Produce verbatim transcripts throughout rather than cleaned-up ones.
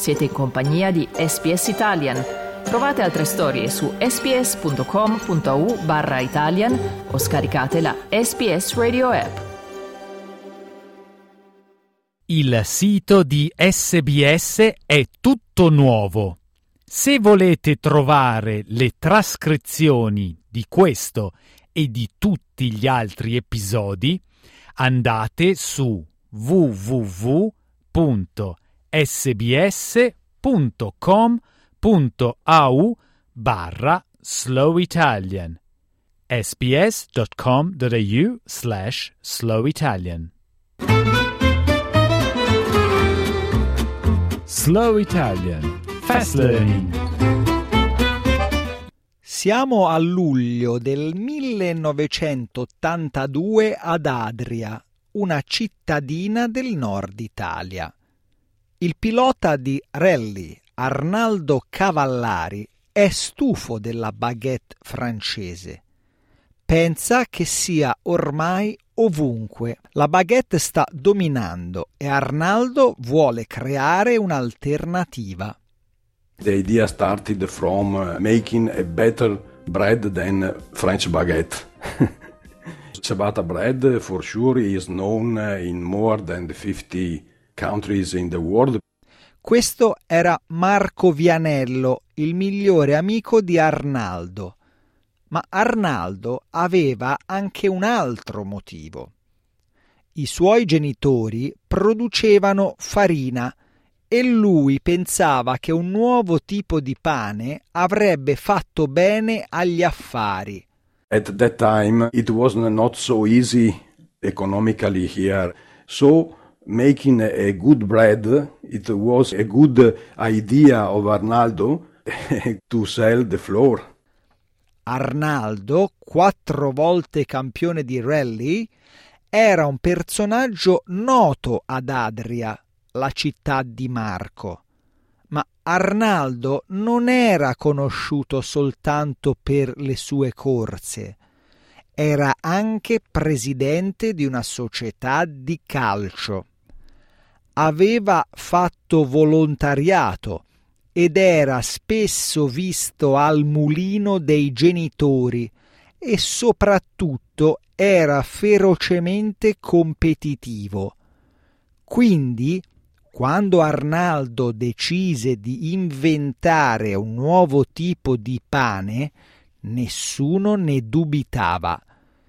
Siete in compagnia di S B S Italian. Trovate altre storie su sbs.com.au barra Italian o scaricate la S B S Radio app. Il sito di S B S è tutto nuovo. Se volete trovare le trascrizioni di questo e di tutti gli altri episodi, andate su w w w punto s b s punto com punto a u barra slow italian sbs.com.au slash slow italian. Slow Italian Fast Learning. Siamo a luglio del millenovecentottantadue ad Adria, una cittadina del nord Italia. Il pilota di rally, Arnaldo Cavallari, è stufo della baguette francese. Pensa che sia ormai ovunque. La baguette sta dominando e Arnaldo vuole creare un'alternativa. The idea started from uh, making a better bread than French baguette. Ciabatta bread for sure is known in more than fifty countries in the world. Questo era Marco Vianello, il migliore amico di Arnaldo. Ma Arnaldo aveva anche un altro motivo. I suoi genitori producevano farina e lui pensava che un nuovo tipo di pane avrebbe fatto bene agli affari. At that time it was not so easy economically here, so making a good bread, it was a good idea of Arnaldo to sell the flour. Arnaldo, quattro volte campione di rally, era un personaggio noto ad Adria, la città di Marco. Ma Arnaldo non era conosciuto soltanto per le sue corse. Era anche presidente di una società di calcio. Aveva fatto volontariato ed era spesso visto al mulino dei genitori e soprattutto era ferocemente competitivo. Quindi, quando Arnaldo decise di inventare un nuovo tipo di pane, nessuno ne dubitava.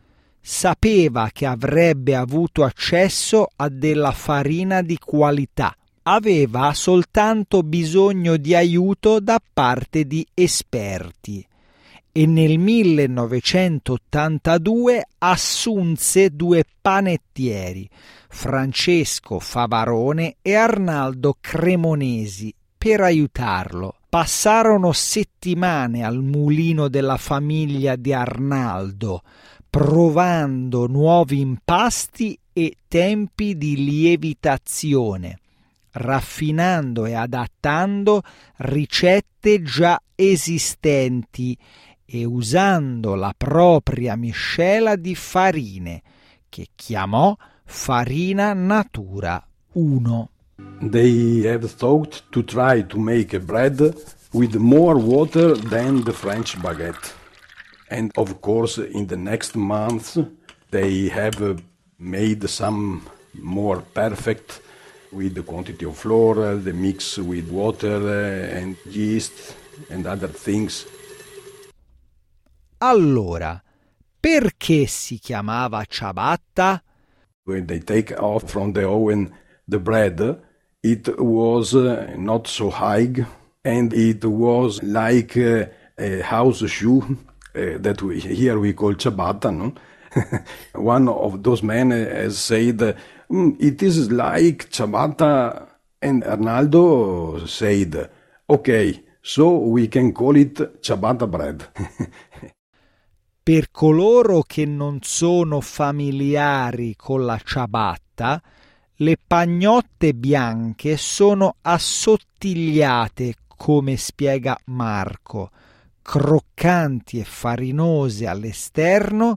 Sapeva che avrebbe avuto accesso a della farina di qualità. Aveva soltanto bisogno di aiuto da parte di esperti e nel millenovecentottantadue assunse due panettieri, Francesco Favarone e Arnaldo Cremonesi, per aiutarlo. Passarono settimane al mulino della famiglia di Arnaldo, provando nuovi impasti e tempi di lievitazione, raffinando e adattando ricette già esistenti e usando la propria miscela di farine, che chiamò Farina Natura uno. They have thought to try to make a bread with more water than the French baguette. And of course, in the next months, they have made some more perfect with the quantity of flour, the mix with water and yeast and other things. Allora, perché si chiamava ciabatta? When they take off from the oven the bread, it was uh, not so high and it was like uh, a house shoe uh, that we, here we call ciabatta, no? One of those men has said, mm, it is like ciabatta, and Arnaldo said, okay, so we can call it ciabatta bread. Per coloro che non sono familiari con la ciabatta, le pagnotte bianche sono assottigliate, come spiega Marco, croccanti e farinose all'esterno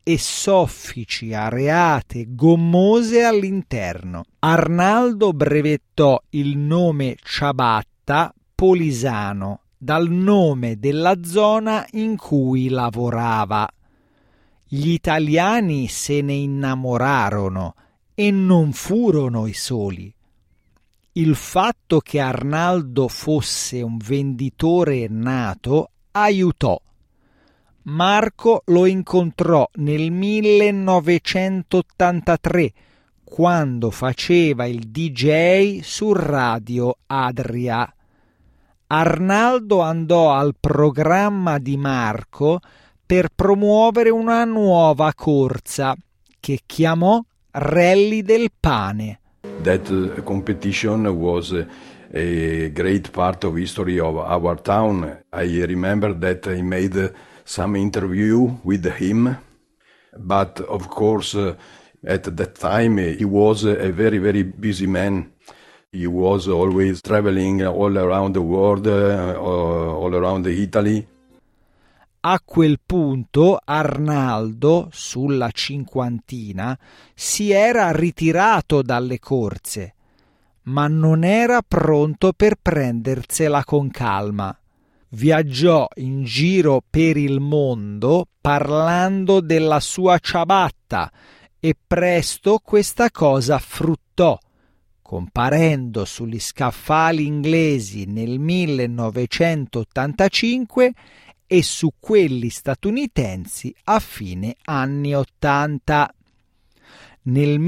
e soffici areate gommose all'interno. Arnaldo brevettò il nome ciabatta Polisano dal nome della zona in cui lavorava. Gli italiani se ne innamorarono e non furono i soli. Il fatto che Arnaldo fosse un venditore nato aiutò. Marco lo incontrò nel millenovecentottantatré, quando faceva il D J su Radio Adria. Arnaldo andò al programma di Marco per promuovere una nuova corsa che chiamò Rally del Pane. That uh, competition was uh, a great part of history of our town. I remember that I made uh, some interview with him, but of course uh, at that time uh, he was a very very busy man. He was always traveling all around the world, uh, all around Italy. A quel punto Arnaldo, sulla cinquantina, si era ritirato dalle corse, ma non era pronto per prendersela con calma. Viaggiò in giro per il mondo parlando della sua ciabatta e presto questa cosa fruttò, comparendo sugli scaffali inglesi nel millenovecentottantacinque e su quelli statunitensi a fine anni ottanta. Nel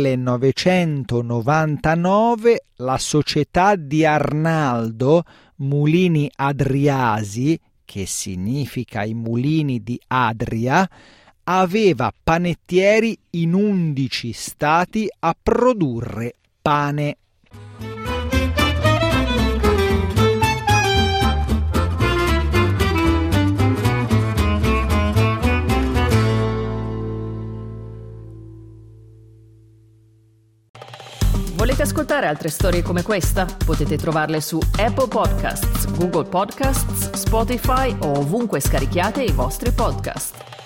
millenovecentonovantanove la società di Arnaldo, Mulini Adriasi, che significa i mulini di Adria, aveva panettieri in undici stati a produrre pane. Volete ascoltare altre storie come questa? Potete trovarle su Apple Podcasts, Google Podcasts, Spotify o ovunque scarichiate i vostri podcast.